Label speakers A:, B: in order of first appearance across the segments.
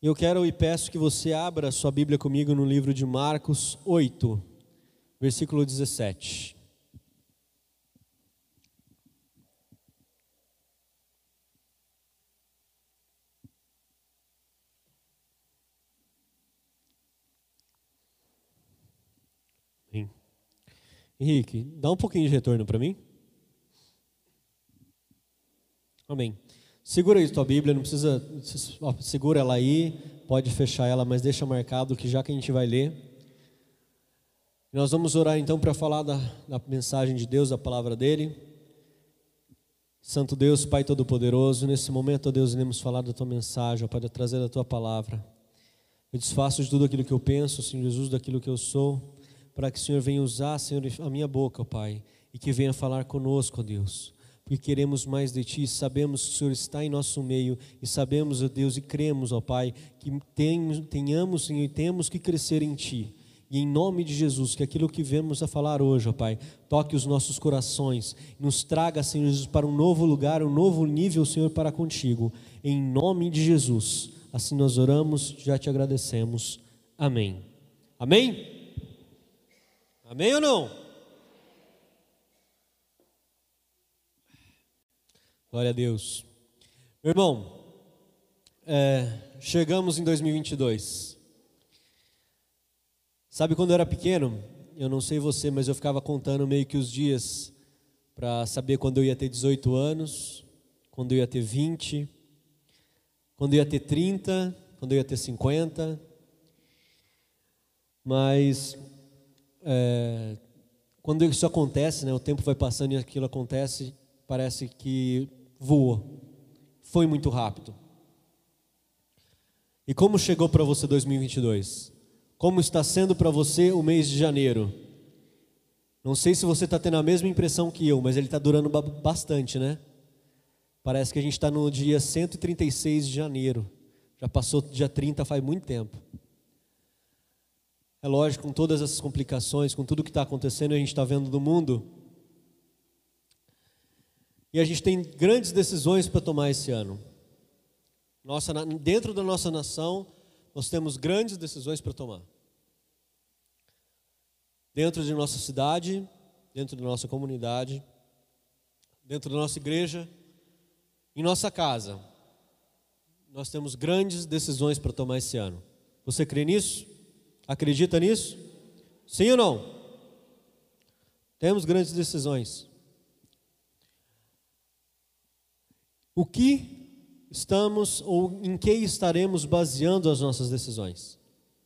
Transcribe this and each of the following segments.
A: Eu quero e peço que você abra sua Bíblia comigo no livro de Marcos 8, versículo 17. Henrique, dá um pouquinho de retorno para mim. Amém. Segura aí tua Bíblia, não precisa, segura ela aí, pode fechar ela, mas deixa marcado que já que a gente vai ler. Nós vamos orar então para falar da mensagem de Deus, da palavra dele. Santo Deus, Pai Todo-Poderoso, nesse momento, ó Deus, iremos falar da tua mensagem, ó Pai, trazer a tua palavra. Eu desfaço de tudo aquilo que eu penso, Senhor Jesus, daquilo que eu sou, para que o Senhor venha usar, Senhor, a minha boca, ó Pai, e que venha falar conosco, ó Deus, porque queremos mais de Ti, sabemos que o Senhor está em nosso meio, e sabemos, ó Deus, e cremos, ó Pai, que tenhamos, Senhor, e temos que crescer em Ti, e em nome de Jesus, que aquilo que vemos a falar hoje, ó Pai, toque os nossos corações, nos traga, Senhor Jesus, para um novo lugar, um novo nível, Senhor, para contigo, em nome de Jesus, assim nós oramos, já te agradecemos, amém. Amém? Amém ou não? Glória a Deus. Meu irmão, chegamos em 2022. Sabe quando eu era pequeno, eu não sei você, mas eu ficava contando meio que os dias para saber quando eu ia ter 18 anos, quando eu ia ter 20, quando eu ia ter 30, quando eu ia ter 50. Mas quando isso acontece, né, o tempo vai passando e aquilo acontece, parece que voa. Foi muito rápido. E como chegou para você 2022? Como está sendo para você o mês de janeiro? Não sei se você está tendo a mesma impressão que eu, mas ele está durando bastante, né? Parece que a gente está no dia 136 de janeiro. Já passou dia 30 faz muito tempo. É lógico, com todas essas complicações, com tudo que está acontecendo, a gente está vendo no mundo. E a gente tem grandes decisões para tomar esse ano. Dentro da nossa nação, nós temos grandes decisões para tomar. Dentro de nossa cidade, dentro da nossa comunidade, dentro da nossa igreja, em nossa casa. Nós temos grandes decisões para tomar esse ano. Você crê nisso? Acredita nisso? Sim ou não? Temos grandes decisões. O que estamos ou em que estaremos baseando as nossas decisões?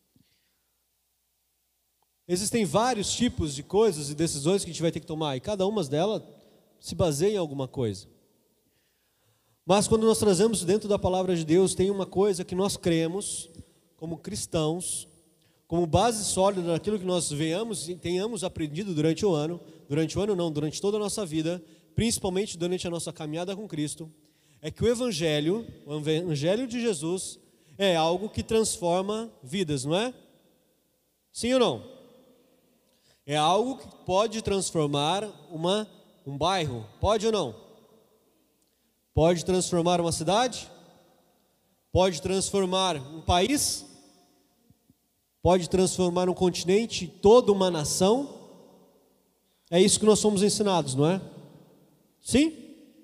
A: Existem vários tipos de coisas e decisões que a gente vai ter que tomar, e cada uma delas se baseia em alguma coisa. Mas quando nós trazemos dentro da palavra de Deus, tem uma coisa que nós cremos como cristãos, como base sólida daquilo que nós venhamos e tenhamos aprendido durante durante toda a nossa vida, principalmente durante a nossa caminhada com Cristo, é que o Evangelho de Jesus é algo que transforma vidas, não é? Sim ou não? É algo que pode transformar um bairro, pode ou não? Pode transformar uma cidade? Pode transformar um país? Pode transformar um continente, toda uma nação. É isso que nós somos ensinados, não é? Sim?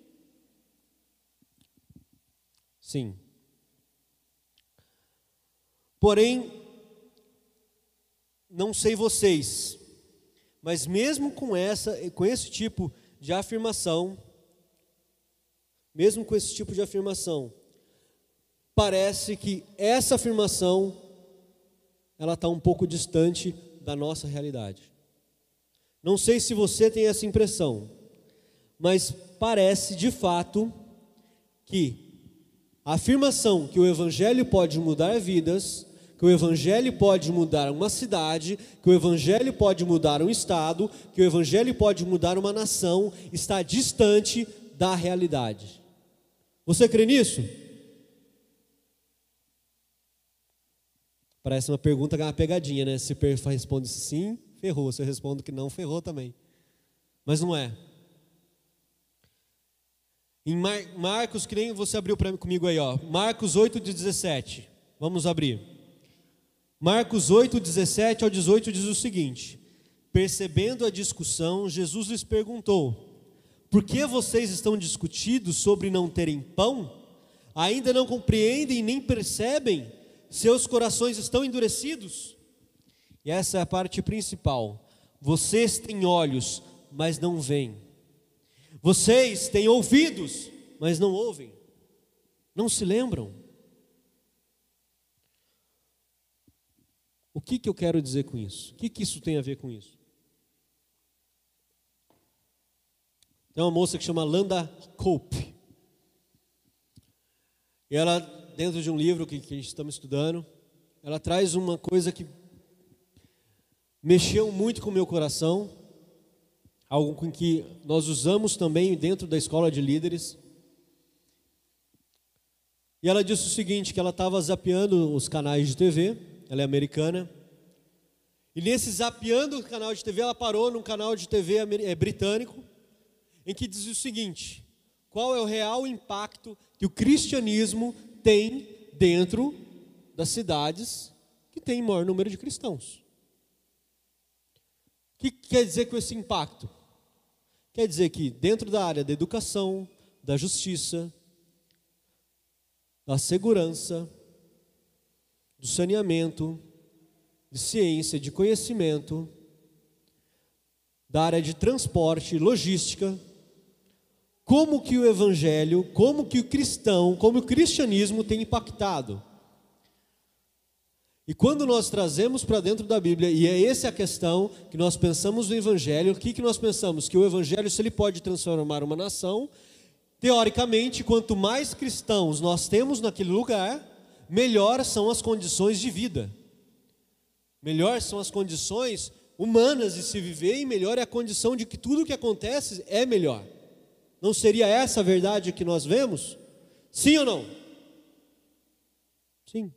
A: Sim. Porém, não sei vocês, mas mesmo com esse tipo de afirmação, parece que essa afirmação ela está um pouco distante da nossa realidade. Não sei se você tem essa impressão, mas parece de fato que a afirmação que o Evangelho pode mudar vidas, que o Evangelho pode mudar uma cidade, que o Evangelho pode mudar um estado, que o Evangelho pode mudar uma nação, está distante da realidade. Você crê nisso? Parece uma pergunta que é uma pegadinha, né? Se responde sim, ferrou. Se eu respondo que não, ferrou também. Mas não é. Em Marcos, que nem você abriu comigo aí, ó. Marcos 8, 17. Vamos abrir. Marcos 8, 17 ao 18 diz o seguinte: percebendo a discussão, Jesus lhes perguntou: por que vocês estão discutindo sobre não terem pão? Ainda não compreendem nem percebem? Seus corações estão endurecidos? E essa é a parte principal. Vocês têm olhos, mas não veem. Vocês têm ouvidos, mas não ouvem. Não se lembram? O que eu quero dizer com isso? O que isso tem a ver com isso? Tem uma moça que chama Landa Cope. E ela, dentro de um livro que estamos estudando, ela traz uma coisa que mexeu muito com o meu coração, algo com que nós usamos também dentro da escola de líderes. E ela disse o seguinte, que ela estava zapeando os canais de TV, ela é americana, e nesse zapeando o canal de TV, ela parou num canal de TV britânico, em que diz o seguinte: qual é o real impacto que o cristianismo tem dentro das cidades que tem maior número de cristãos? O que quer dizer com esse impacto? Quer dizer que dentro da área da educação, da justiça, da segurança, do saneamento, de ciência, de conhecimento, da área de transporte, logística, como que o evangelho, como que o cristão, como o cristianismo tem impactado. E quando nós trazemos para dentro da Bíblia, e é essa a questão, que nós pensamos no evangelho, o que nós pensamos? Que o evangelho, se ele pode transformar uma nação, teoricamente, quanto mais cristãos nós temos naquele lugar, melhor são as condições de vida. Melhor são as condições humanas de se viver, e melhor é a condição de que tudo o que acontece é melhor. Não seria essa a verdade que nós vemos? Sim ou não? Sim.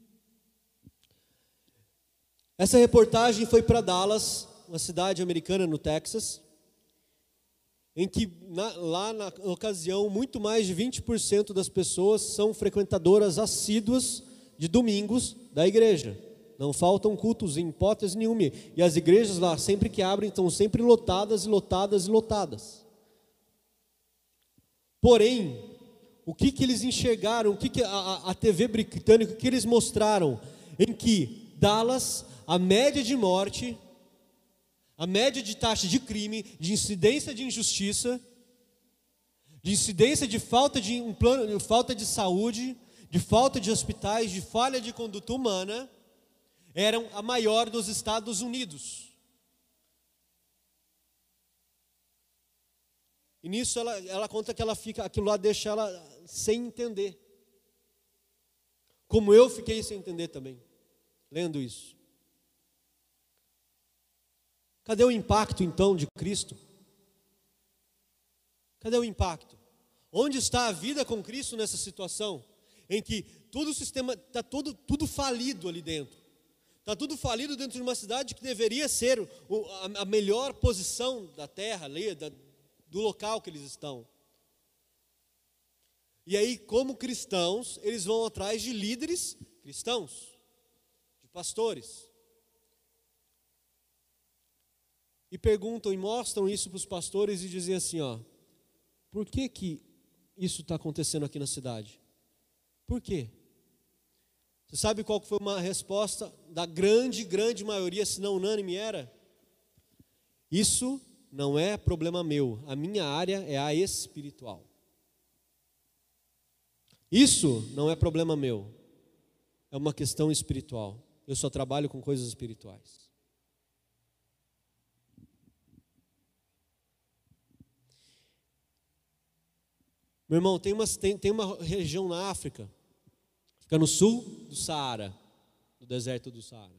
A: Essa reportagem foi para Dallas, uma cidade americana no Texas, em que lá na ocasião, muito mais de 20% das pessoas são frequentadoras assíduas de domingos da igreja. Não faltam cultos em hipótese nenhuma. E as igrejas lá, sempre que abrem, estão sempre lotadas e lotadas e lotadas. Porém, o que eles enxergaram, o que a TV britânica, o que eles mostraram? Em que Dallas, a média de morte, a média de taxa de crime, de incidência de injustiça, de incidência de falta de saúde, de falta de hospitais, de falha de conduta humana, eram a maior dos Estados Unidos. E nisso ela conta que aquilo lá deixa ela sem entender. Como eu fiquei sem entender também, lendo isso. Cadê o impacto então de Cristo? Cadê o impacto? Onde está a vida com Cristo nessa situação? Em que todo o sistema está tudo falido ali dentro. Está tudo falido dentro de uma cidade que deveria ser a melhor posição da terra, do local que eles estão. E aí, como cristãos, eles vão atrás de líderes cristãos, de pastores. E perguntam e mostram isso para os pastores e dizem assim, por que isso está acontecendo aqui na cidade? Por quê? Você sabe qual foi uma resposta da grande maioria, se não unânime, era? Isso não é problema meu, a minha área é a espiritual. Isso não é problema meu, é uma questão espiritual. Eu só trabalho com coisas espirituais. Meu irmão, tem uma região na África, fica no sul do Saara, do deserto do Saara.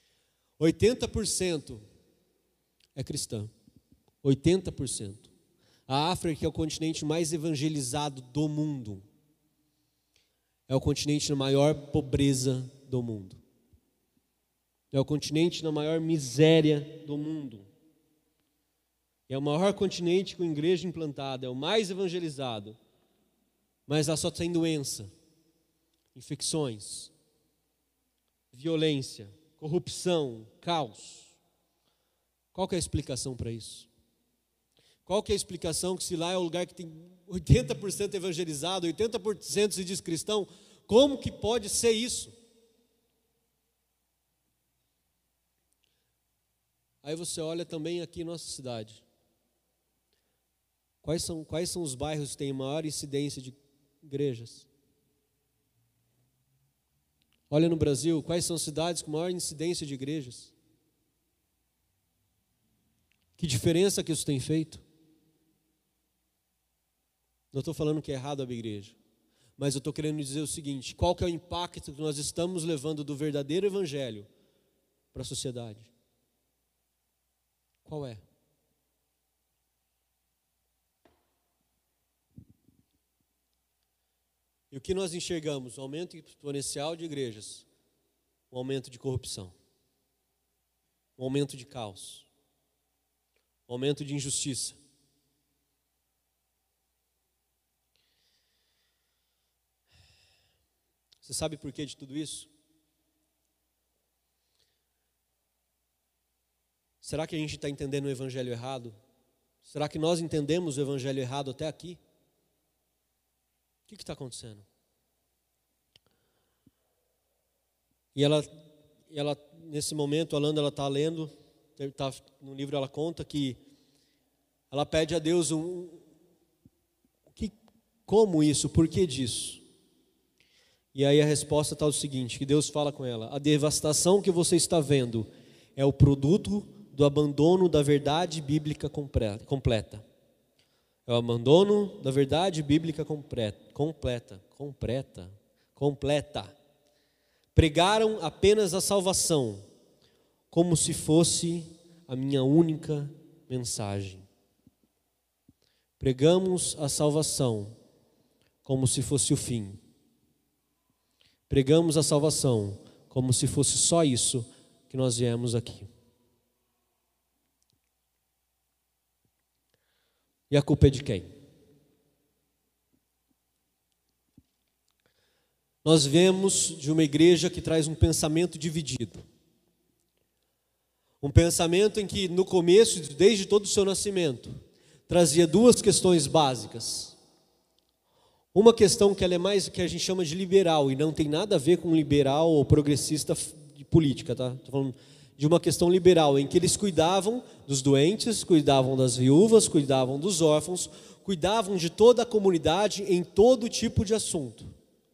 A: 80% é cristã. 80%. A África é o continente mais evangelizado do mundo. É o continente na maior pobreza do mundo. É o continente na maior miséria do mundo. É o maior continente com igreja implantada, é o mais evangelizado. Mas lá só tem doença, infecções, violência, corrupção, caos. Qual que é a explicação para isso? Qual que é a explicação que se lá é o lugar que tem 80% evangelizado, 80% se diz cristão, como que pode ser isso? Aí você olha também aqui em nossa cidade. Quais são os bairros que têm maior incidência de igrejas? Olha no Brasil, quais são as cidades com maior incidência de igrejas? Que diferença que isso tem feito? Não estou falando que é errado abrir igreja, mas eu estou querendo dizer o seguinte: qual que é o impacto que nós estamos levando do verdadeiro evangelho para a sociedade? Qual é? E o que nós enxergamos? O aumento exponencial de igrejas, o aumento de corrupção, o aumento de caos, o aumento de injustiça. Você sabe por que de tudo isso? Será que a gente está entendendo o evangelho errado? Será que nós entendemos o evangelho errado até aqui? O que está acontecendo? E ela, nesse momento, a Landa, ela está lendo, no livro ela conta que ela pede a Deus como isso, por que disso? E aí a resposta está o seguinte, que Deus fala com ela: a devastação que você está vendo é o produto do abandono da verdade bíblica completa. É o abandono da verdade bíblica completa. Pregaram apenas a salvação, como se fosse a minha única mensagem. Pregamos a salvação, como se fosse o fim. Pregamos a salvação, como se fosse só isso que nós viemos aqui. E a culpa é de quem? Nós vemos de uma igreja que traz um pensamento dividido. Um pensamento em que no começo, desde todo o seu nascimento, trazia duas questões básicas. Uma questão que ela é mais que a gente chama de liberal, e não tem nada a ver com liberal ou progressista de política, tá? Estou falando de uma questão liberal, em que eles cuidavam dos doentes, cuidavam das viúvas, cuidavam dos órfãos, cuidavam de toda a comunidade em todo tipo de assunto.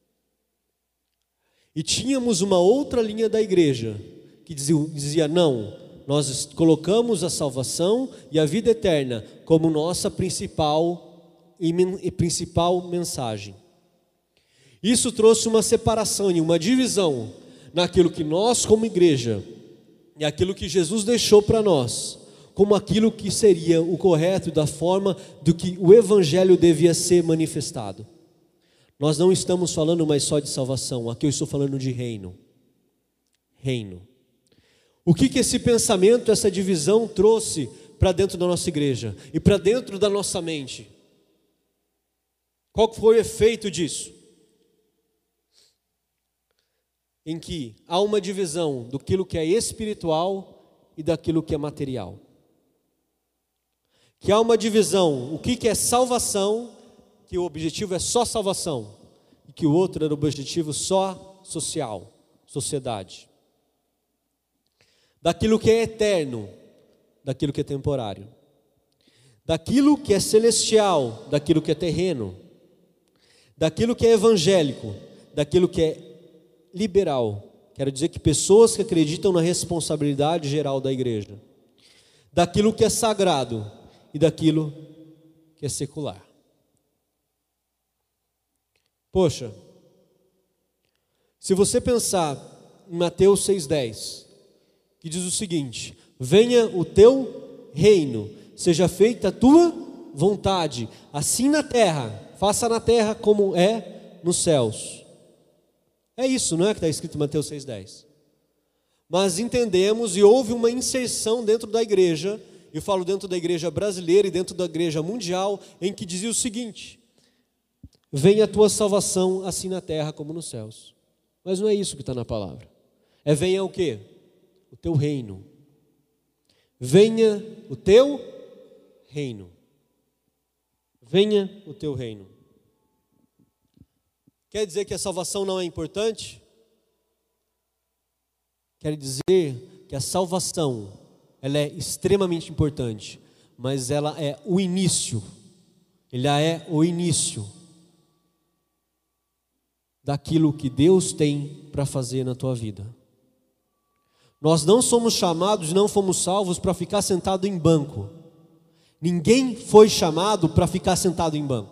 A: E tínhamos uma outra linha da igreja, que dizia não, nós colocamos a salvação e a vida eterna como nossa principal mensagem. Isso trouxe uma separação e uma divisão naquilo que nós como igreja e aquilo que Jesus deixou para nós, como aquilo que seria o correto da forma do que o evangelho devia ser manifestado. Nós não estamos falando mais só de salvação, aqui eu estou falando de reino. Reino. O que esse pensamento, essa divisão trouxe para dentro da nossa igreja e para dentro da nossa mente? Qual foi o efeito disso? Em que há uma divisão daquilo que é espiritual e daquilo que é material. Que há uma divisão, o que é salvação, que o objetivo é só salvação, e que o outro era o objetivo só social, sociedade. Daquilo que é eterno, daquilo que é temporário. Daquilo que é celestial, daquilo que é terreno. Daquilo que é evangélico, daquilo que é liberal. Quero dizer que pessoas que acreditam na responsabilidade geral da igreja. Daquilo que é sagrado e daquilo que é secular. Poxa, se você pensar em Mateus 6,10, que diz o seguinte: venha o teu reino, seja feita a tua vontade, assim na terra, faça na terra como é nos céus. É isso, não é que está escrito em Mateus 6,10. Mas entendemos e houve uma inserção dentro da igreja, eu falo dentro da igreja brasileira e dentro da igreja mundial, em que dizia o seguinte: venha a tua salvação assim na terra como nos céus. Mas não é isso que está na palavra. venha o quê? O teu reino. Venha o teu reino. Venha o teu reino. Quer dizer que a salvação não é importante? Quer dizer que a salvação, ela é extremamente importante, mas ela é o início. Ela é o início daquilo que Deus tem para fazer na tua vida. Nós não somos chamados, não fomos salvos para ficar sentado em banco. Ninguém foi chamado para ficar sentado em banco.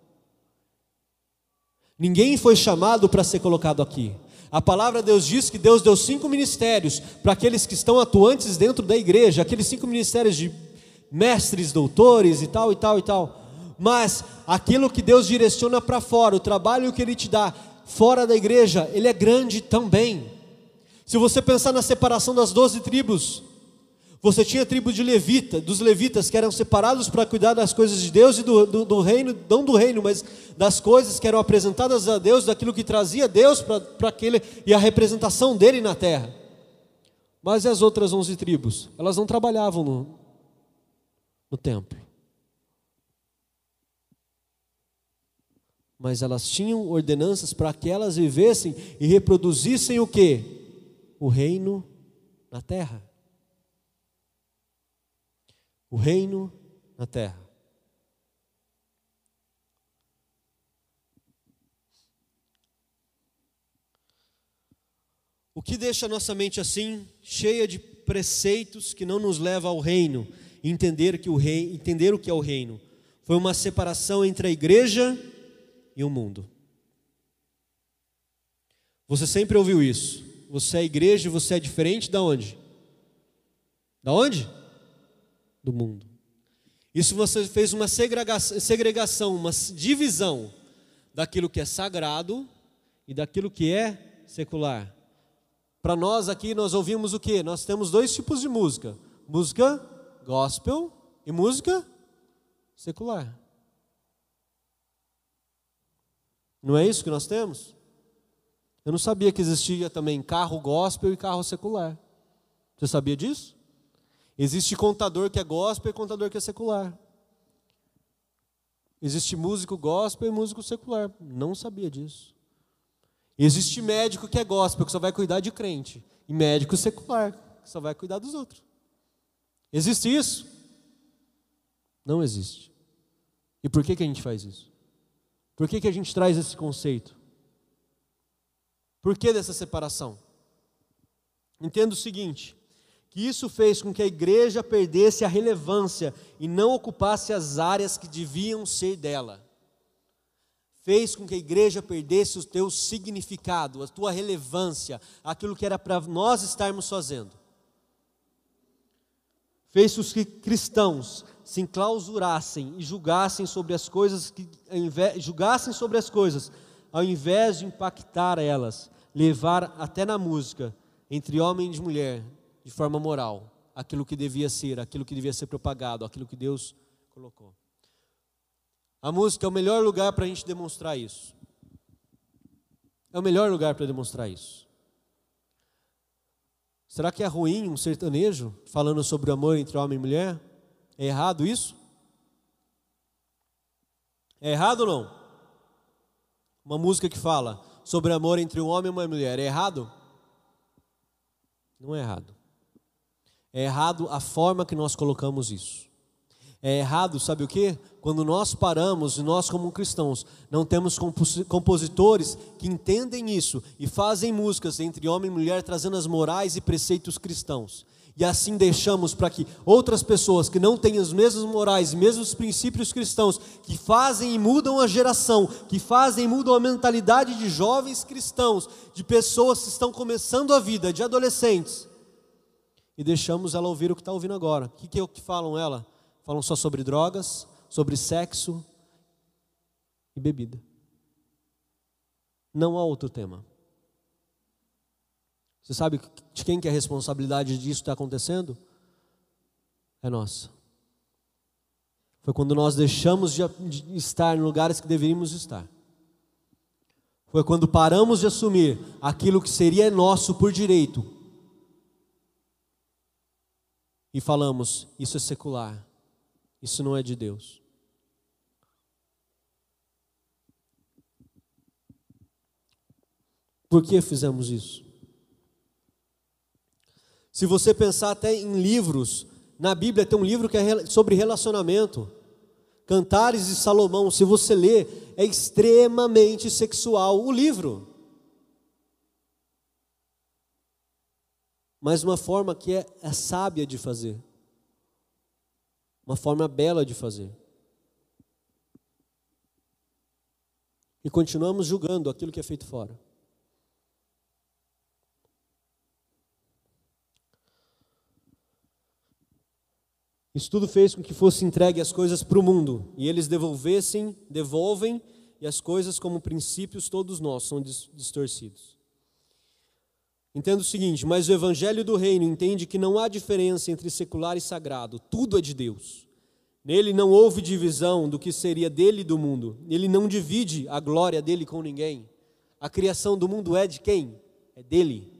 A: Ninguém foi chamado para ser colocado aqui. A palavra de Deus diz que Deus deu 5 ministérios para aqueles que estão atuantes dentro da igreja, aqueles 5 ministérios de mestres, doutores e tal, e tal, e tal. Mas aquilo que Deus direciona para fora, o trabalho que Ele te dá fora da igreja, ele é grande também. Se você pensar na separação das 12 tribos, você tinha a tribo de Levita, dos levitas que eram separados para cuidar das coisas de Deus e do reino, não do reino, mas das coisas que eram apresentadas a Deus, daquilo que trazia Deus para aquele e a representação dele na terra. Mas e as outras 11 tribos? Elas não trabalhavam no templo. Mas elas tinham ordenanças para que elas vivessem e reproduzissem o quê? O reino na terra. O reino na terra. O que deixa a nossa mente assim, cheia de preceitos que não nos leva ao reino, entender o que é o reino, foi uma separação entre a igreja e o mundo. Você sempre ouviu isso. Você é igreja e você é diferente da onde? Da onde? Do mundo. Isso você fez uma segregação, uma divisão daquilo que é sagrado e daquilo que é secular. Para nós aqui, nós ouvimos o quê? Nós temos 2 tipos de música. Música gospel e música secular. Não é isso que nós temos? Eu não sabia que existia também carro gospel e carro secular. Você sabia disso? Existe contador que é gospel e contador que é secular. Existe músico gospel e músico secular. Não sabia disso. Existe médico que é gospel, que só vai cuidar de crente. E médico secular, que só vai cuidar dos outros. Existe isso? Não existe. E por que a gente faz isso? Por que a gente traz esse conceito? Por que dessa separação? Entenda o seguinte, que isso fez com que a igreja perdesse a relevância e não ocupasse as áreas que deviam ser dela. Fez com que a igreja perdesse o teu significado, a tua relevância, aquilo que era para nós estarmos fazendo. Fez com que cristãos se enclausurassem e julgassem sobre as coisas, ao invés de impactar elas, levar até na música, entre homem e mulher, de forma moral, aquilo que devia ser propagado, aquilo que Deus colocou. A música é o melhor lugar para a gente demonstrar isso. É o melhor lugar para demonstrar isso. Será que é ruim um sertanejo falando sobre o amor entre homem e mulher? É errado isso? É errado ou não? Uma música que fala sobre amor entre um homem e uma mulher, é errado? Não é errado. É errado a forma que nós colocamos isso. É errado, sabe o quê? Quando nós paramos, nós como cristãos, não temos compositores que entendem isso e fazem músicas entre homem e mulher, trazendo as morais e preceitos cristãos. E assim deixamos para que outras pessoas que não têm os mesmos morais, os mesmos princípios cristãos, que fazem e mudam a geração, que fazem e mudam a mentalidade de jovens cristãos, de pessoas que estão começando a vida, de adolescentes, e deixamos ela ouvir o que está ouvindo agora. O que é o que falam ela? Falam só sobre drogas, sobre sexo e bebida. Não há outro tema. Você sabe de quem que é a responsabilidade disso está acontecendo? É nossa. Foi quando nós deixamos de estar em lugares que deveríamos estar. foi quando paramos de assumir aquilo que seria nosso por direito e falamos: isso é secular, isso não é de Deus. Por que fizemos isso? Se você pensar até em livros, na Bíblia tem um livro que é sobre relacionamento, Cantares de Salomão. Se você ler, é extremamente sexual o livro, mas uma forma que é sábia de fazer, uma forma bela de fazer. E continuamos julgando aquilo que é feito fora. Isso tudo fez com que fosse entregue as coisas para o mundo, e eles devolvem, e as coisas como princípios todos nós são distorcidos. Entenda o seguinte: mas o evangelho do reino entende que não há diferença entre secular e sagrado, tudo é de Deus. Nele não houve divisão do que seria dele e do mundo, ele não divide a glória dele com ninguém. A criação do mundo é de quem? É dele.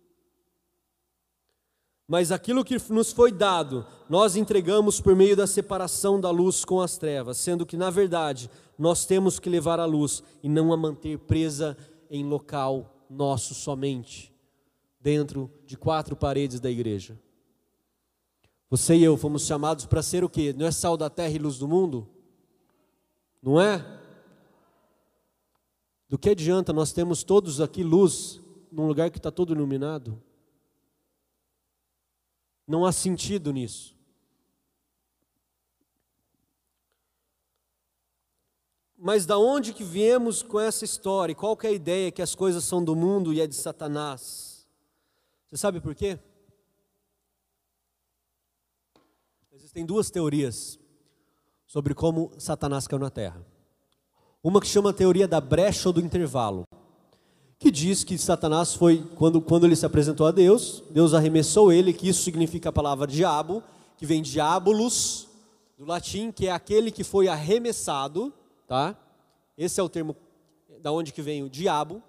A: Mas aquilo que nos foi dado, nós entregamos por meio da separação da luz com as trevas, sendo que, na verdade, nós temos que levar a luz e não a manter presa em local nosso somente, dentro de 4 paredes da igreja. Você e eu fomos chamados para ser o quê? Não é sal da terra e luz do mundo? Não é? Do que adianta nós temos todos aqui luz, num lugar que está todo iluminado? Não há sentido nisso. Mas da onde que viemos com essa história? Qual que é a ideia que as coisas são do mundo e é de Satanás? Você sabe por quê? Existem 2 teorias sobre como Satanás caiu na terra. Uma que chama a teoria da brecha ou do intervalo, que diz que Satanás foi, quando ele se apresentou a Deus, Deus arremessou ele, que isso significa a palavra diabo, que vem diabolus, do latim, que é aquele que foi arremessado, tá? Esse é o termo da onde que vem o diabo.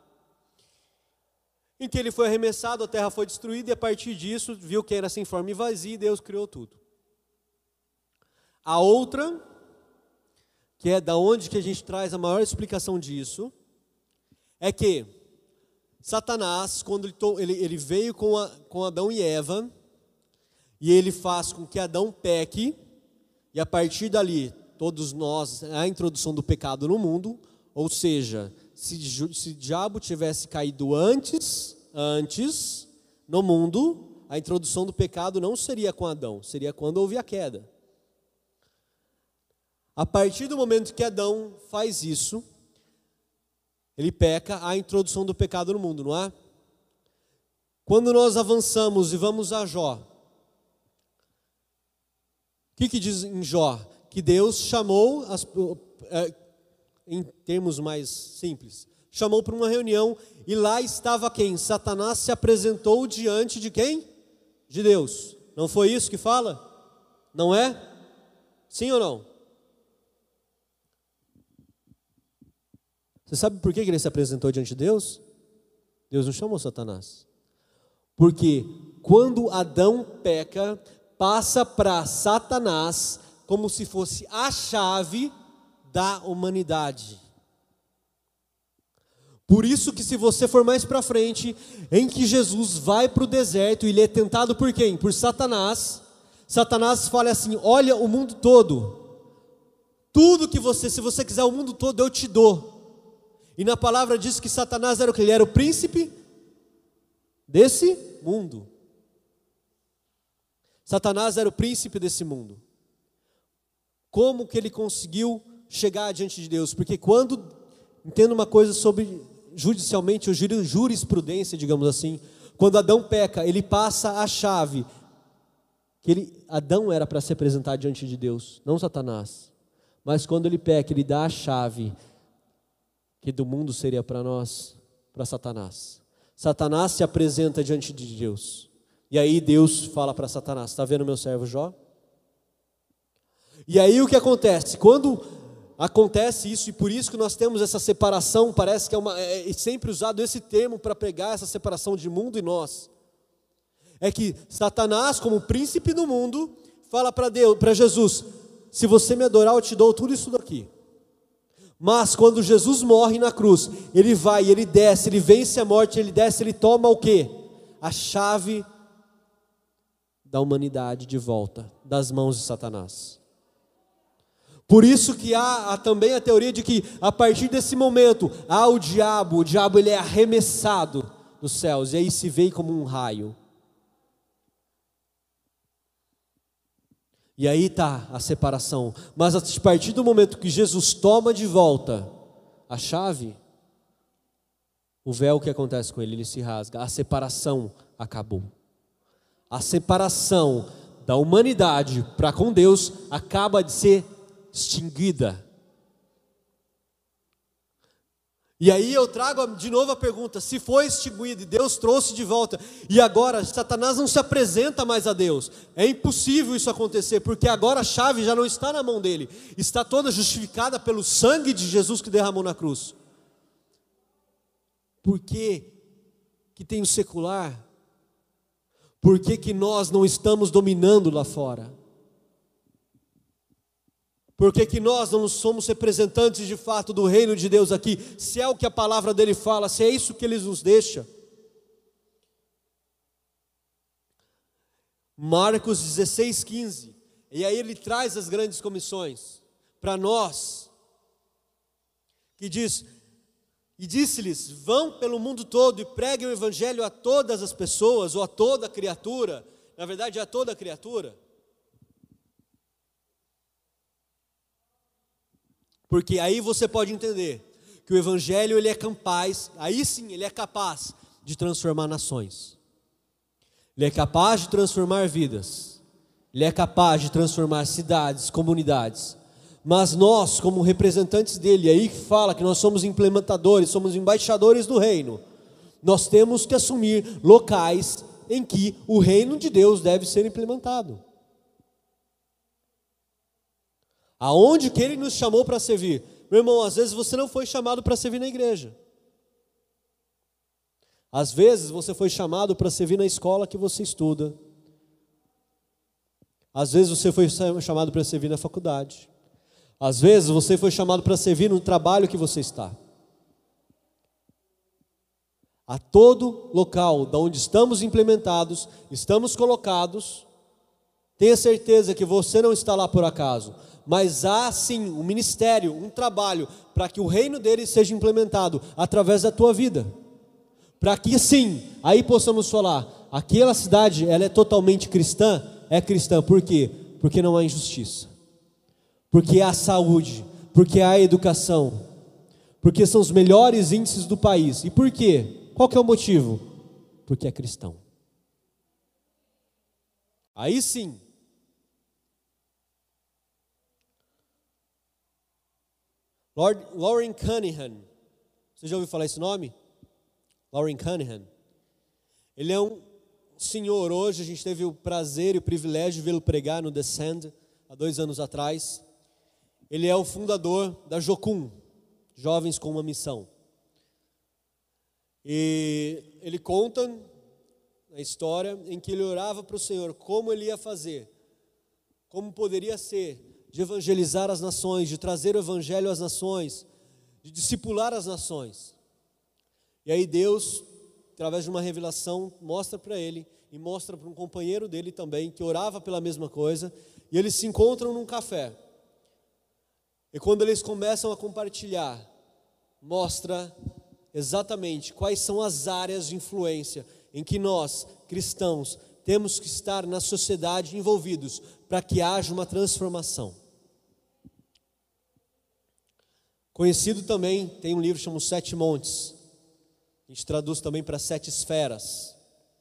A: Em que ele foi arremessado, a terra foi destruída, e a partir disso, viu que era sem forma e vazia, e Deus criou tudo. A outra, que é da onde que a gente traz a maior explicação disso, é que Satanás, quando ele veio com Adão e Eva, e ele faz com que Adão peque, e a partir dali, todos nós, a introdução do pecado no mundo, ou seja, se o diabo tivesse caído antes, no mundo, a introdução do pecado não seria com Adão, seria quando houve a queda. A partir do momento que Adão faz isso, ele peca, a introdução do pecado no mundo, não é? Quando nós avançamos e vamos a Jó, o que diz em Jó? Que Deus chamou, em termos mais simples, chamou para uma reunião, e lá estava quem? Satanás se apresentou diante de quem? De Deus. Não foi isso que fala? Não é? Sim ou não? Você sabe por que ele se apresentou diante de Deus? Deus não chamou Satanás. Porque quando Adão peca, passa para Satanás como se fosse a chave da humanidade. Por isso que, se você for mais para frente, em que Jesus vai para o deserto e ele é tentado por quem? Por Satanás. Satanás fala assim: olha o mundo todo, tudo que se você quiser o mundo todo eu te dou. E na palavra diz que Satanás era o que? Ele era o príncipe desse mundo. Satanás era o príncipe desse mundo. Como que ele conseguiu chegar diante de Deus? Porque quando, entenda uma coisa sobre judicialmente, ou jurisprudência, digamos assim, quando Adão peca, ele passa a chave, Adão era para se apresentar diante de Deus, não Satanás. Mas quando ele peca, ele dá a chave, que do mundo seria para nós, para Satanás. Satanás se apresenta diante de Deus. E aí Deus fala para Satanás: está vendo meu servo Jó? E aí o que acontece? Quando acontece isso, e por isso que nós temos essa separação, parece que é sempre usado esse termo para pregar essa separação de mundo e nós. É que Satanás, como príncipe do mundo, fala para Jesus: se você me adorar, eu te dou tudo isso daqui. Mas quando Jesus morre na cruz, ele vai, ele desce, ele vence a morte, ele desce, ele toma o quê? A chave da humanidade de volta das mãos de Satanás. Por isso que há também a teoria de que a partir desse momento há o diabo ele é arremessado dos céus, e aí se vê como um raio. E aí está a separação. Mas a partir do momento que Jesus toma de volta a chave, o véu, que acontece com ele? Ele se rasga. A separação acabou. A separação da humanidade para com Deus acaba de ser extinguida. E aí eu trago de novo a pergunta: se foi extinguido e Deus trouxe de volta, e agora Satanás não se apresenta mais a Deus, é impossível isso acontecer, porque agora a chave já não está na mão dele, está toda justificada pelo sangue de Jesus que derramou na cruz. Por que tem o secular? Por que nós não estamos dominando lá fora? Por que nós não somos representantes de fato do reino de Deus aqui? Se é o que a palavra dele fala, se é isso que ele nos deixa. Marcos 16:15. E aí ele traz as grandes comissões para nós. Que diz: e disse-lhes: vão pelo mundo todo e preguem o evangelho a todas as pessoas, ou a toda criatura. Na verdade, a toda criatura. Porque aí você pode entender que o evangelho ele é capaz, aí sim ele é capaz de transformar nações. Ele é capaz de transformar vidas. Ele é capaz de transformar cidades, comunidades. Mas nós, como representantes dele, aí que fala que nós somos implementadores, somos embaixadores do reino, nós temos que assumir locais em que o reino de Deus deve ser implementado. Aonde que ele nos chamou para servir? Meu irmão, às vezes você não foi chamado para servir na igreja. Às vezes você foi chamado para servir na escola que você estuda. Às vezes você foi chamado para servir na faculdade. Às vezes você foi chamado para servir no trabalho que você está. A todo local de onde estamos implementados, estamos colocados, tenha certeza que você não está lá por acaso. Mas há sim um ministério, um trabalho para que o reino dele seja implementado através da tua vida. Para que sim, aí possamos falar, aquela cidade ela é totalmente cristã? É cristã, por quê? Porque não há injustiça. Porque há saúde, porque há educação. Porque são os melhores índices do país. E por quê? Qual que é o motivo? Porque é cristão. Aí sim. Loren Cunningham, você já ouviu falar esse nome? Loren Cunningham. Ele é um senhor, hoje a gente teve o prazer e o privilégio de vê-lo pregar no Descend, há 2 anos atrás. Ele é o fundador da Jocum, Jovens com uma Missão. E ele conta a história em que ele orava para o Senhor como ele ia fazer, como poderia ser, de evangelizar as nações, de trazer o evangelho às nações, de discipular as nações. E aí Deus, através de uma revelação, mostra para ele e mostra para um companheiro dele também, que orava pela mesma coisa, e eles se encontram num café. E quando eles começam a compartilhar, mostra exatamente quais são as áreas de influência em que nós, cristãos, temos que estar na sociedade envolvidos para que haja uma transformação. Conhecido também, tem um livro chamado 7 Montes. A gente traduz também para 7 esferas.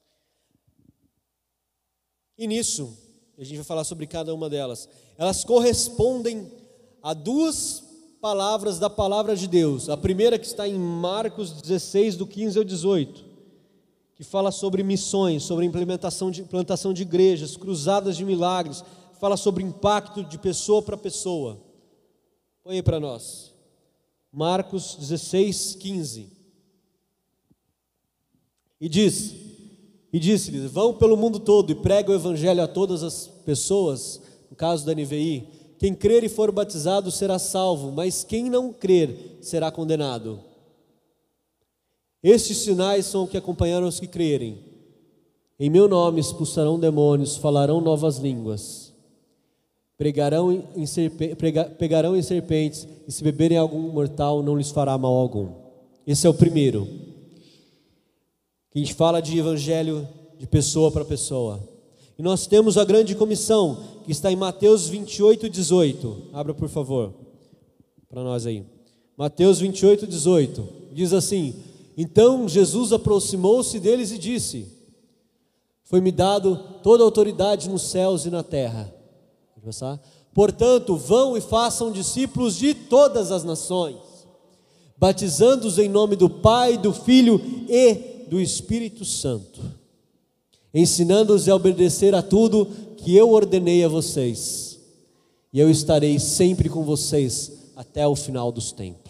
A: E nisso, a gente vai falar sobre cada uma delas. Elas correspondem a 2 palavras da palavra de Deus. A primeira que está em Marcos 16, do 15 ao 18. Que fala sobre missões, sobre implantação de igrejas, cruzadas de milagres, fala sobre impacto de pessoa para pessoa. Põe aí para nós. Marcos 16, 15. E disse-lhes: vão pelo mundo todo e preguem o evangelho a todas as pessoas. No caso da NVI, quem crer e for batizado será salvo, mas quem não crer será condenado. Estes sinais são o que acompanharam os que crerem. Em meu nome expulsarão demônios, falarão novas línguas, pegarão em serpentes, e se beberem algum mortal não lhes fará mal algum. Esse é o primeiro. Que a gente fala de evangelho de pessoa para pessoa. E nós temos a grande comissão, que está em Mateus 28, 18. Abra, por favor, para nós aí. Mateus 28, 18. Diz assim: então Jesus aproximou-se deles e disse: foi-me dado toda a autoridade nos céus e na terra. Portanto, vão e façam discípulos de todas as nações, batizando-os em nome do Pai, do Filho e do Espírito Santo, ensinando-os a obedecer a tudo que eu ordenei a vocês, e eu estarei sempre com vocês até o final dos tempos.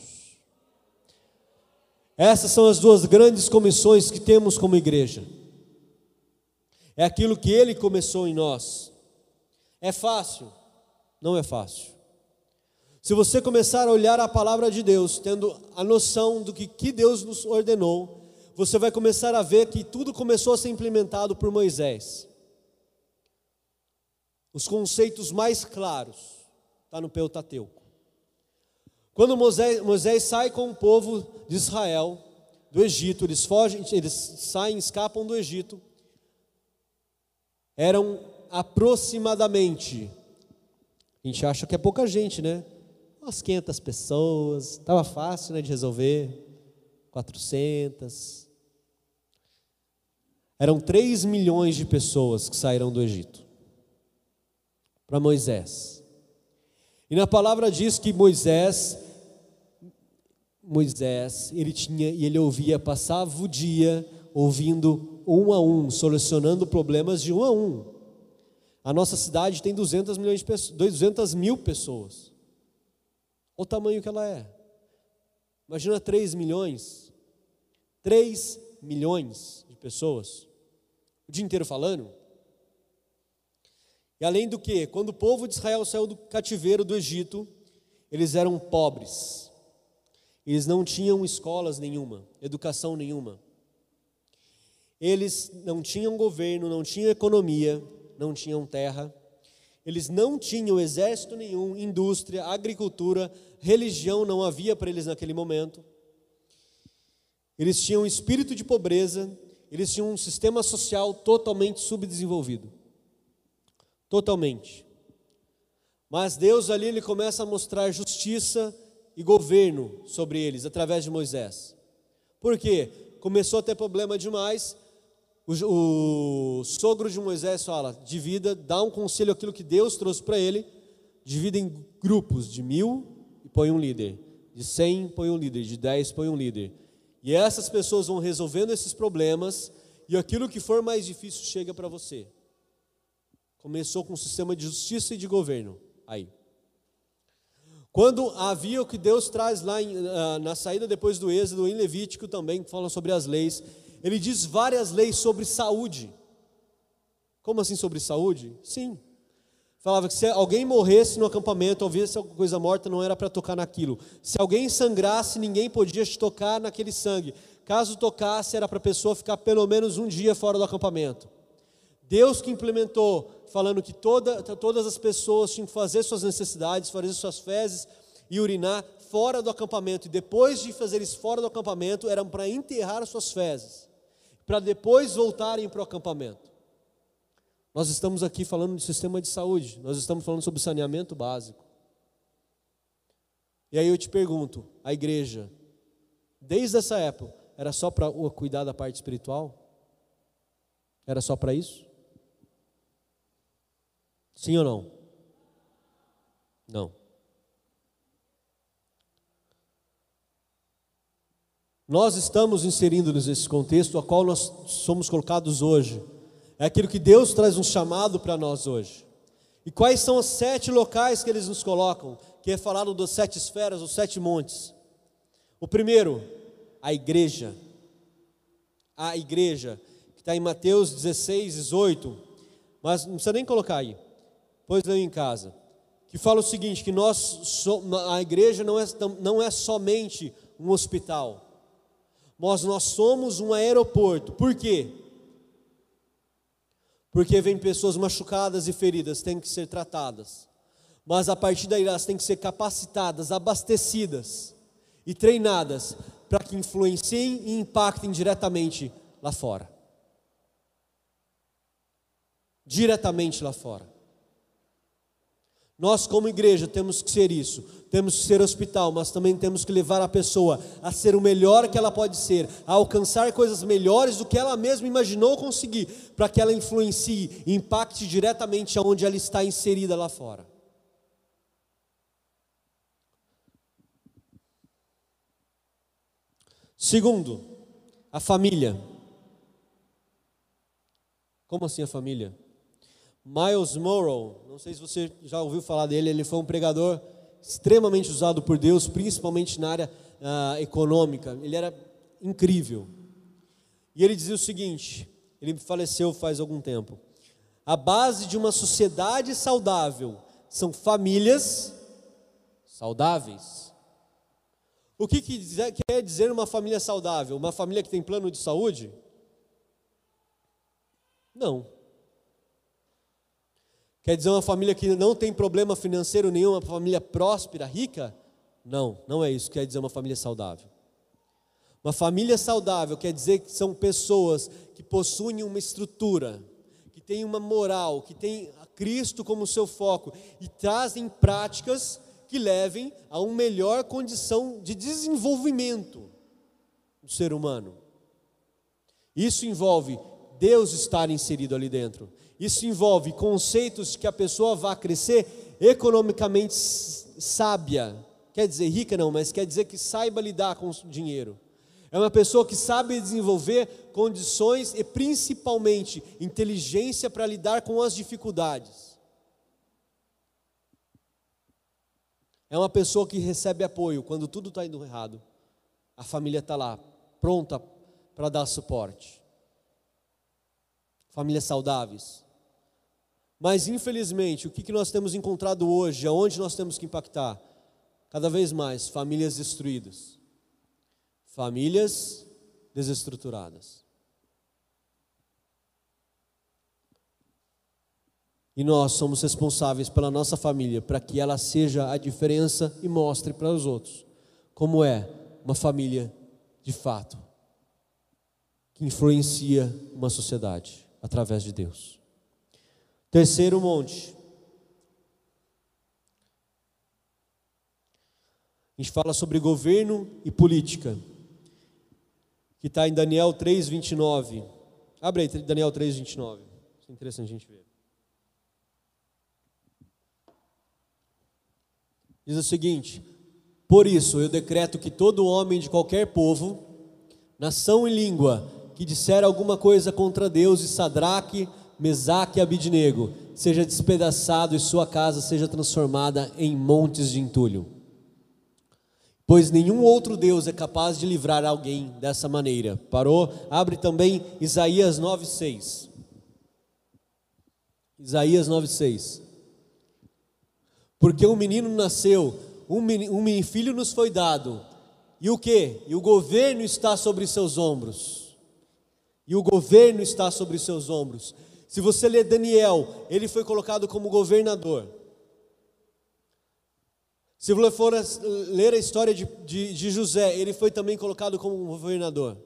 A: Essas são as duas grandes comissões que temos como igreja. É aquilo que Ele começou em nós. É fácil? Não é fácil. Se você começar a olhar a palavra de Deus, tendo a noção do que Deus nos ordenou, você vai começar a ver que tudo começou a ser implementado por Moisés. Os conceitos mais claros está no Pentateuco. Quando Moisés sai com o povo de Israel do Egito, eles fogem, eles saem, escapam do Egito. Eram aproximadamente, a gente acha que é pouca gente, né? Umas 500 pessoas, estava fácil, né, de resolver. 400. Eram 3 milhões de pessoas que saíram do Egito para Moisés. E na palavra diz que Moisés, ele ouvia, passava o dia ouvindo um a um, solucionando problemas de um a um. A nossa cidade tem 200 mil pessoas. Olha o tamanho que ela é. Imagina 3 milhões. 3 milhões de pessoas. O dia inteiro falando. E além do que, quando o povo de Israel saiu do cativeiro do Egito, eles eram pobres. Eles não tinham escolas nenhuma, educação nenhuma. Eles não tinham governo, não tinham economia, não tinham terra. Eles não tinham exército nenhum, indústria, agricultura, religião não havia para eles naquele momento. Eles tinham um espírito de pobreza, eles tinham um sistema social totalmente subdesenvolvido. Totalmente. Mas Deus ali, Ele começa a mostrar justiça e governo sobre eles, através de Moisés. Por quê? Começou a ter problema demais. O sogro de Moisés fala: divida, dá um conselho aquilo que Deus trouxe para ele, divida em grupos de 1000 e põe um líder, de 100 põe um líder, de 10 põe um líder. E essas pessoas vão resolvendo esses problemas, e aquilo que for mais difícil chega para você. Começou com um sistema de justiça e de governo. Aí, quando havia o que Deus traz lá na saída depois do Êxodo, em Levítico também, que fala sobre as leis, Ele diz várias leis sobre saúde. Como assim sobre saúde? Sim. Falava que se alguém morresse no acampamento, ou visse alguma coisa morta, não era para tocar naquilo. Se alguém sangrasse, ninguém podia tocar naquele sangue. Caso tocasse, era para a pessoa ficar pelo menos um dia fora do acampamento. Deus que implementou, falando que todas as pessoas tinham que fazer suas necessidades, fazer suas fezes e urinar fora do acampamento. E depois de fazer isso fora do acampamento, eram para enterrar suas fezes, para depois voltarem para o acampamento. Nós estamos aqui falando de sistema de saúde, nós estamos falando sobre saneamento básico. E aí eu te pergunto, a igreja, desde essa época, era só para cuidar da parte espiritual? Era só para isso? Sim ou não? Não. Nós estamos inserindo-nos nesse contexto a qual nós somos colocados hoje. É aquilo que Deus traz um chamado para nós hoje. E quais são os 7 locais que eles nos colocam? Que é falado das 7 esferas, os 7 montes. O primeiro, a igreja. A igreja, que está em Mateus 16, 18. Mas não precisa nem colocar aí. Pois leio em casa. Que fala o seguinte, que a igreja não é somente um hospital. Mas nós somos um aeroporto. Por quê? Porque vem pessoas machucadas e feridas, têm que ser tratadas. Mas a partir daí elas têm que ser capacitadas, abastecidas e treinadas para que influenciem e impactem diretamente lá fora. Diretamente lá fora. Nós como igreja temos que ser isso, temos que ser hospital, mas também temos que levar a pessoa a ser o melhor que ela pode ser, a alcançar coisas melhores do que ela mesma imaginou conseguir, para que ela influencie e impacte diretamente aonde ela está inserida lá fora. Segundo, a família. Como assim a família? Miles Monroe, não sei se você já ouviu falar dele, ele foi um pregador extremamente usado por Deus, principalmente na área econômica. Ele era incrível. E ele dizia o seguinte, ele faleceu faz algum tempo: a base de uma sociedade saudável são famílias saudáveis. O que quer dizer uma família saudável? Uma família que tem plano de saúde? Não. Quer dizer uma família que não tem problema financeiro nenhum, uma família próspera, rica? Não, não é isso que quer dizer uma família saudável. Uma família saudável quer dizer que são pessoas que possuem uma estrutura, que têm uma moral, que têm a Cristo como seu foco e trazem práticas que levem a uma melhor condição de desenvolvimento do ser humano. Isso envolve Deus estar inserido ali dentro. Isso envolve conceitos de que a pessoa vá crescer economicamente sábia. Quer dizer rica não, mas quer dizer que saiba lidar com o dinheiro. É uma pessoa que sabe desenvolver condições e principalmente inteligência para lidar com as dificuldades. É uma pessoa que recebe apoio quando tudo está indo errado. A família está lá, pronta para dar suporte. Famílias saudáveis. Mas infelizmente, o que nós temos encontrado hoje, aonde nós temos que impactar? Cada vez mais, famílias destruídas. Famílias desestruturadas. E nós somos responsáveis pela nossa família, para que ela seja a diferença e mostre para os outros como é uma família de fato, que influencia uma sociedade através de Deus. Terceiro monte. A gente fala sobre governo e política, que está em Daniel 3:29. Abre aí, Daniel 3:29. É interessante a gente ver. Diz o seguinte: por isso eu decreto que todo homem de qualquer povo, nação e língua, que disser alguma coisa contra Deus e Sadraque, Mesaque e Abidnego, seja despedaçado e sua casa seja transformada em montes de entulho. Pois nenhum outro Deus é capaz de livrar alguém dessa maneira. Parou? Abre também Isaías 9:6. Isaías 9:6. Porque um menino nasceu, um filho nos foi dado. E o quê? E o governo está sobre seus ombros. E o governo está sobre seus ombros. Se você ler Daniel, ele foi colocado como governador. Se você for ler a história de José, ele foi também colocado como governador.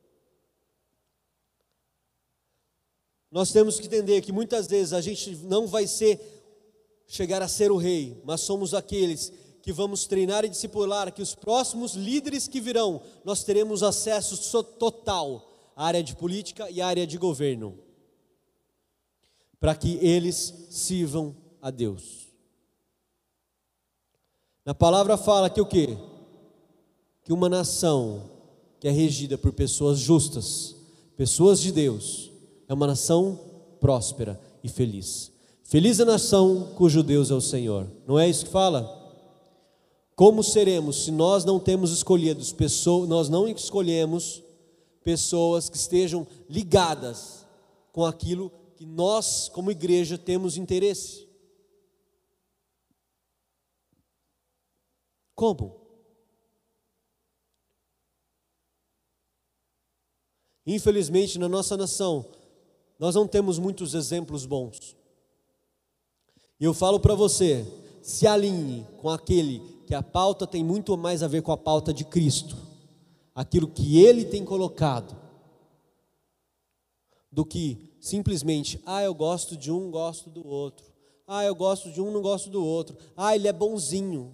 A: Nós temos que entender que muitas vezes a gente não vai chegar a ser o rei, mas somos aqueles que vamos treinar e discipular, que os próximos líderes que virão, nós teremos acesso total à área de política e à área de governo, para que eles sirvam a Deus. Na palavra fala que o quê? Que uma nação que é regida por pessoas justas, pessoas de Deus, é uma nação próspera e feliz. Feliz a nação cujo Deus é o Senhor. Não é isso que fala? Como seremos se nós não temos escolhidos pessoas, nós não escolhemos pessoas que estejam ligadas com aquilo que nós, como igreja, temos interesse? Como? Infelizmente, na nossa nação, nós não temos muitos exemplos bons. E eu falo para você, se alinhe com aquele que a pauta tem muito mais a ver com a pauta de Cristo, aquilo que Ele tem colocado, do que simplesmente, eu gosto de um, gosto do outro. Eu gosto de um, não gosto do outro. Ele é bonzinho.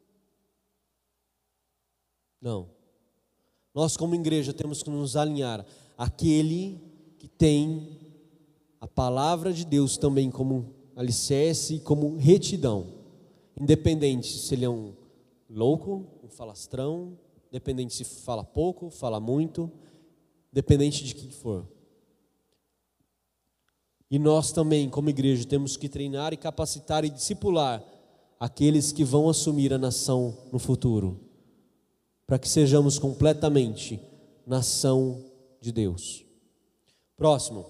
A: Não. Nós como igreja temos que nos alinhar àquele que tem a palavra de Deus também como alicerce, como retidão. Independente se ele é um louco, um falastrão, independente se fala pouco, fala muito, independente de quem for. E nós também, como igreja, temos que treinar e capacitar e discipular aqueles que vão assumir a nação no futuro, para que sejamos completamente nação de Deus. Próximo.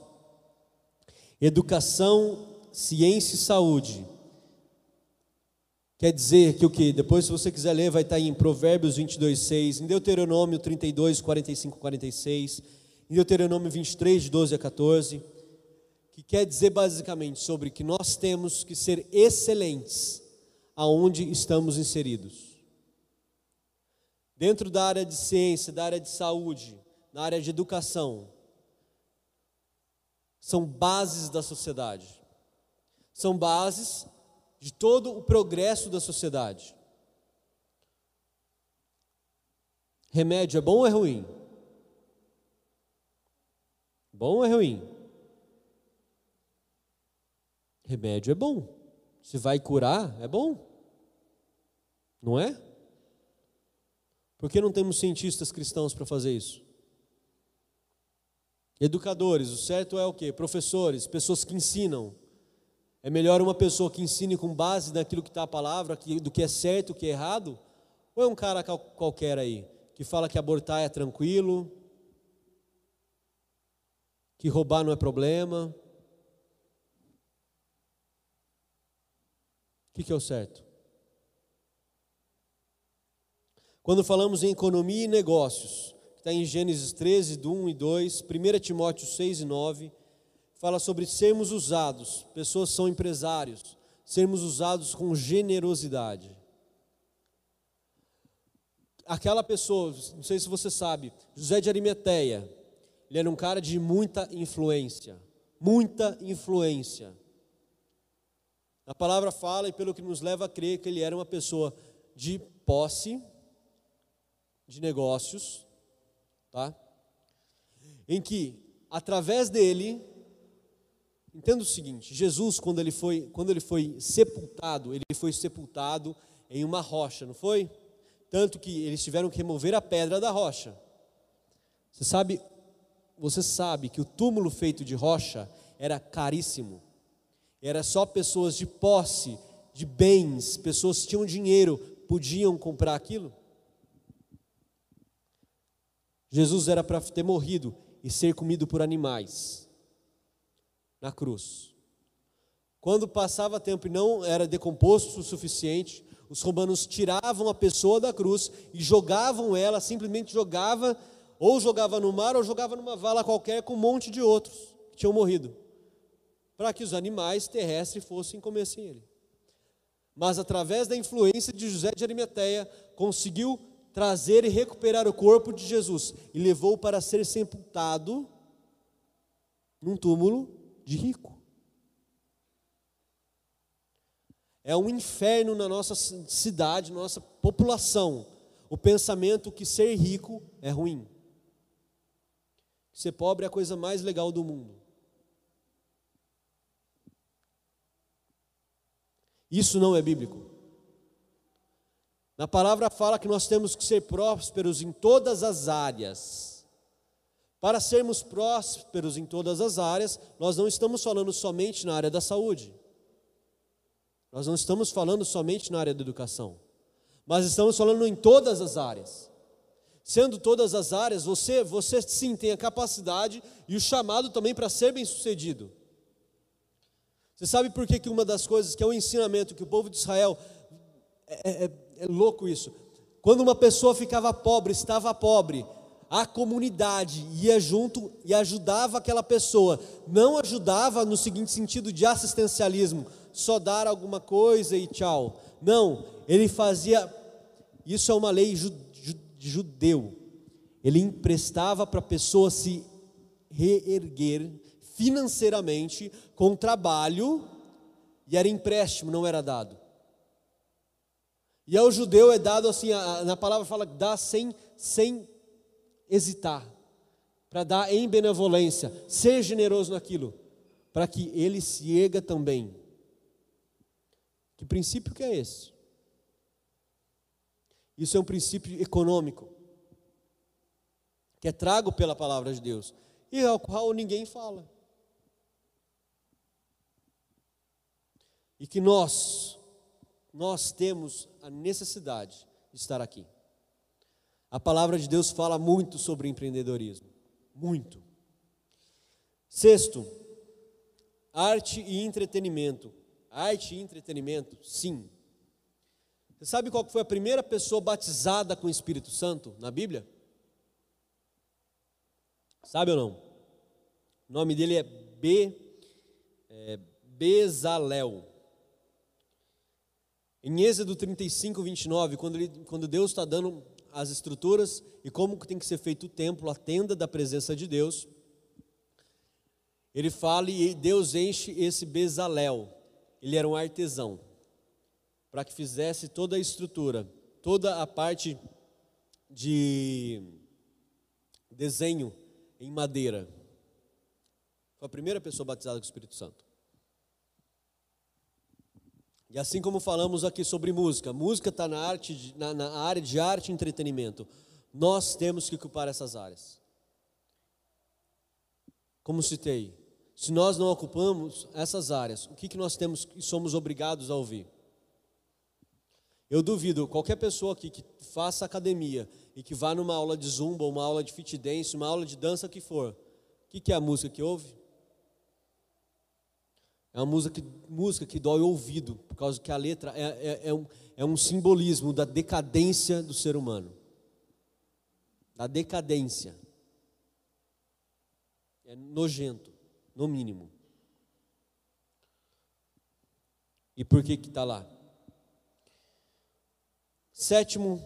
A: Educação, ciência e saúde. Quer dizer que o que? Depois, se você quiser ler, vai estar em Provérbios 22:6, em Deuteronômio 32, 45, 46, em Deuteronômio 23, de 12 a 14, que quer dizer basicamente sobre que nós temos que ser excelentes aonde estamos inseridos. Dentro da área de ciência, da área de saúde, na área de educação, são bases da sociedade. São bases de todo o progresso da sociedade. Remédio é bom ou é ruim? Bom ou é ruim? Remédio é bom. Se vai curar, é bom. Não é? Por que não temos cientistas cristãos para fazer isso? Educadores, o certo é o quê? Professores, pessoas que ensinam. É melhor uma pessoa que ensine com base naquilo que está a palavra, do que é certo, o que é errado? Ou é um cara qualquer aí, que fala que abortar é tranquilo, que roubar não é problema? O que é o certo? Quando falamos em economia e negócios, que está em Gênesis 13, do 1 e 2, 1 Timóteo 6 e 9, fala sobre sermos usados, pessoas são empresários, sermos usados com generosidade. Aquela pessoa, não sei se você sabe, José de Arimateia, ele era um cara de muita influência. A palavra fala, e pelo que nos leva a crer, que ele era uma pessoa de posse, de negócios, tá? Em que, através dele, entenda o seguinte, Jesus, quando ele foi sepultado em uma rocha, não foi? Tanto que eles tiveram que remover a pedra da rocha. Você sabe que o túmulo feito de rocha era caríssimo. Era só pessoas de posse, de bens, pessoas que tinham dinheiro, podiam comprar aquilo. Jesus era para ter morrido e ser comido por animais na cruz. Quando passava tempo e não era decomposto o suficiente, os romanos tiravam a pessoa da cruz e jogavam ela, simplesmente jogava no mar ou jogava numa vala qualquer com um monte de outros que tinham morrido, para que os animais terrestres fossem e comessem ele. Mas através da influência de José de Arimateia, conseguiu trazer e recuperar o corpo de Jesus e levou para ser sepultado num túmulo de rico. É um inferno na nossa cidade, na nossa população, o pensamento que ser rico é ruim. Ser pobre é a coisa mais legal do mundo. Isso não é bíblico. Na palavra fala que nós temos que ser prósperos em todas as áreas. Para sermos prósperos em todas as áreas, nós não estamos falando somente na área da saúde. Nós não estamos falando somente na área da educação, mas estamos falando em todas as áreas. Sendo todas as áreas, você sim tem a capacidade e o chamado também para ser bem-sucedido. Você sabe por que uma das coisas que é o ensinamento que o povo de Israel, é louco isso. Quando uma pessoa ficava pobre, estava pobre, a comunidade ia junto e ajudava aquela pessoa. Não ajudava no seguinte sentido de assistencialismo, só dar alguma coisa e tchau. Não, ele fazia, isso é uma lei judeu. Ele emprestava para a pessoa se reerguer financeiramente com trabalho, e era empréstimo, não era dado. E ao judeu é dado assim, na palavra fala, dá sem hesitar, para dar em benevolência, ser generoso naquilo, para que ele se erga também. Que princípio que é esse? Isso é um princípio econômico, que é trago pela palavra de Deus, e ao qual ninguém fala. E que nós temos a necessidade de estar aqui. A palavra de Deus fala muito sobre empreendedorismo, muito. Sexto, arte e entretenimento. Arte e entretenimento, sim. Você sabe qual foi a primeira pessoa batizada com o Espírito Santo na Bíblia? Sabe ou não? O nome dele é Bezalel. Em Êxodo 35, 29, quando Deus está dando as estruturas e como tem que ser feito o templo, a tenda da presença de Deus, ele fala e Deus enche esse Bezalel. Ele era um artesão, para que fizesse toda a estrutura, toda a parte de desenho em madeira. Foi a primeira pessoa batizada com o Espírito Santo. E assim como falamos aqui sobre música está na área de arte e entretenimento. Nós temos que ocupar essas áreas. Como citei, se nós não ocupamos essas áreas, o que nós temos e somos obrigados a ouvir? Eu duvido, qualquer pessoa aqui que faça academia e que vá numa aula de zumba, uma aula de fit dance, uma aula de dança que for, o que é a música que ouve? É uma música que dói o ouvido, por causa que a letra é um simbolismo da decadência do ser humano. Da decadência. É nojento, no mínimo. E por que está lá? Sétimo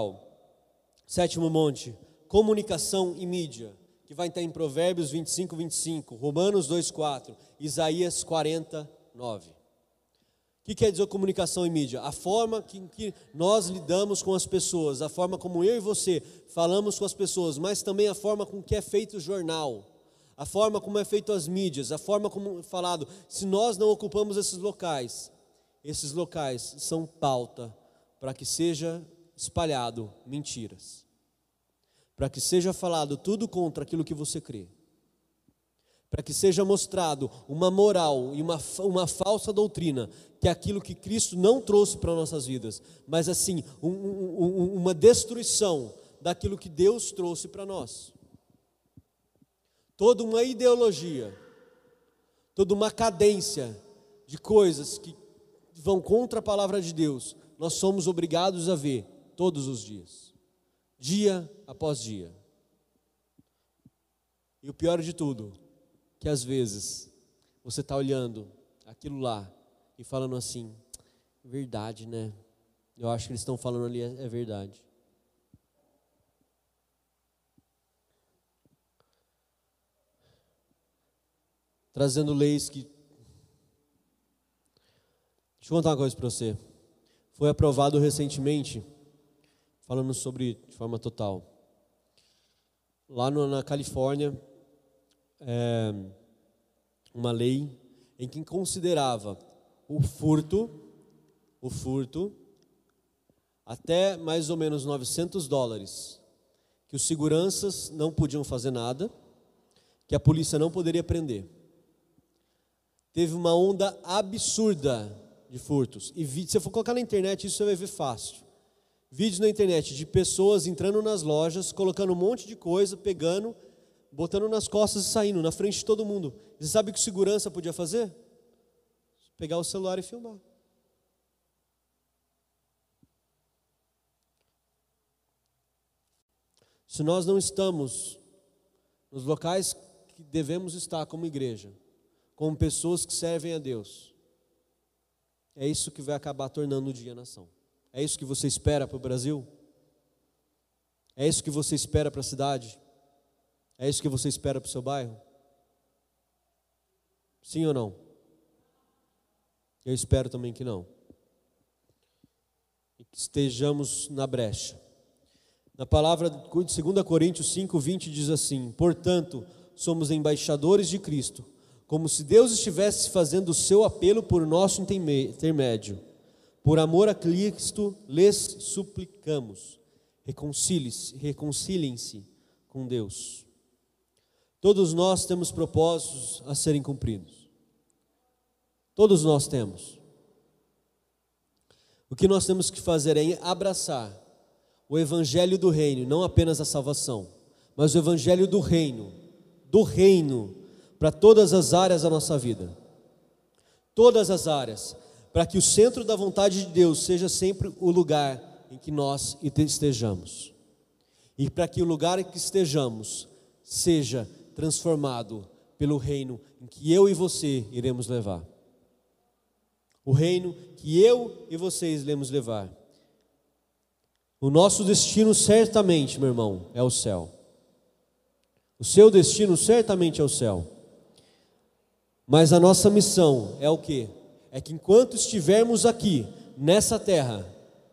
A: monte, comunicação e mídia, que vai estar em Provérbios 25, 25, Romanos 2, 4, Isaías 49. O que quer dizer comunicação e mídia? A forma que nós lidamos com as pessoas, a forma como eu e você falamos com as pessoas, mas também a forma com que é feito o jornal, a forma como é feito as mídias, a forma como é falado. Se nós não ocupamos esses locais são pauta para que seja espalhado mentiras, para que seja falado tudo contra aquilo que você crê, para que seja mostrado uma moral e uma falsa doutrina, que é aquilo que Cristo não trouxe para nossas vidas, mas assim, uma destruição daquilo que Deus trouxe para nós. Toda uma ideologia, toda uma cadência de coisas que vão contra a palavra de Deus, nós somos obrigados a ver todos os dias, dia após dia. E o pior de tudo, que às vezes você está olhando aquilo lá e falando assim, verdade, né? Eu acho que eles estão falando ali, é verdade. Trazendo leis que... Deixa eu contar uma coisa para você. Foi aprovado recentemente, falando sobre de forma total, lá na Califórnia, uma lei em que considerava o furto até mais ou menos $900, que os seguranças não podiam fazer nada, que a polícia não poderia prender. Teve uma onda absurda de furtos. E se você for colocar na internet, isso você vai ver fácil. Vídeos na internet de pessoas entrando nas lojas, colocando um monte de coisa, pegando, botando nas costas e saindo, na frente de todo mundo. E você sabe o que o segurança podia fazer? Pegar o celular e filmar. Se nós não estamos nos locais que devemos estar como igreja, como pessoas que servem a Deus, é isso que vai acabar tornando o dia nação. É isso que você espera para o Brasil? É isso que você espera para a cidade? É isso que você espera para o seu bairro? Sim ou não? Eu espero também que não. E que estejamos na brecha. Na palavra de 2 Coríntios 5:20 diz assim: portanto, somos embaixadores de Cristo, como se Deus estivesse fazendo o seu apelo por nosso intermédio. Por amor a Cristo, lhes suplicamos, reconciliem-se com Deus. Todos nós temos propósitos a serem cumpridos. Todos nós temos. O que nós temos que fazer é abraçar o evangelho do reino, não apenas a salvação, mas o evangelho do reino, para todas as áreas da nossa vida. Todas as áreas, para que o centro da vontade de Deus seja sempre o lugar em que nós estejamos. E para que o lugar em que estejamos seja transformado pelo reino em que eu e você iremos levar. O reino que eu e vocês iremos levar. O nosso destino certamente, meu irmão, é o céu. O seu destino certamente é o céu. Mas a nossa missão é o quê? É que enquanto estivermos aqui, nessa terra,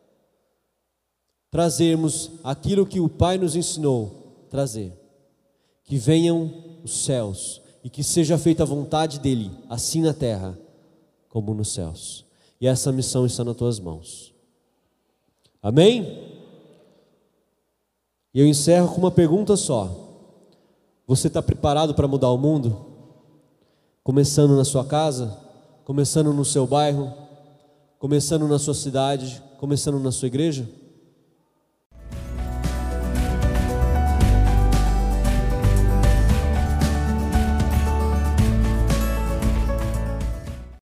A: trazermos aquilo que o Pai nos ensinou trazer. Que venham os céus e que seja feita a vontade dEle, assim na terra como nos céus. E essa missão está nas tuas mãos. Amém? E eu encerro com uma pergunta só. Você está preparado para mudar o mundo? Começando na sua casa, começando no seu bairro, começando na sua cidade, começando na sua igreja?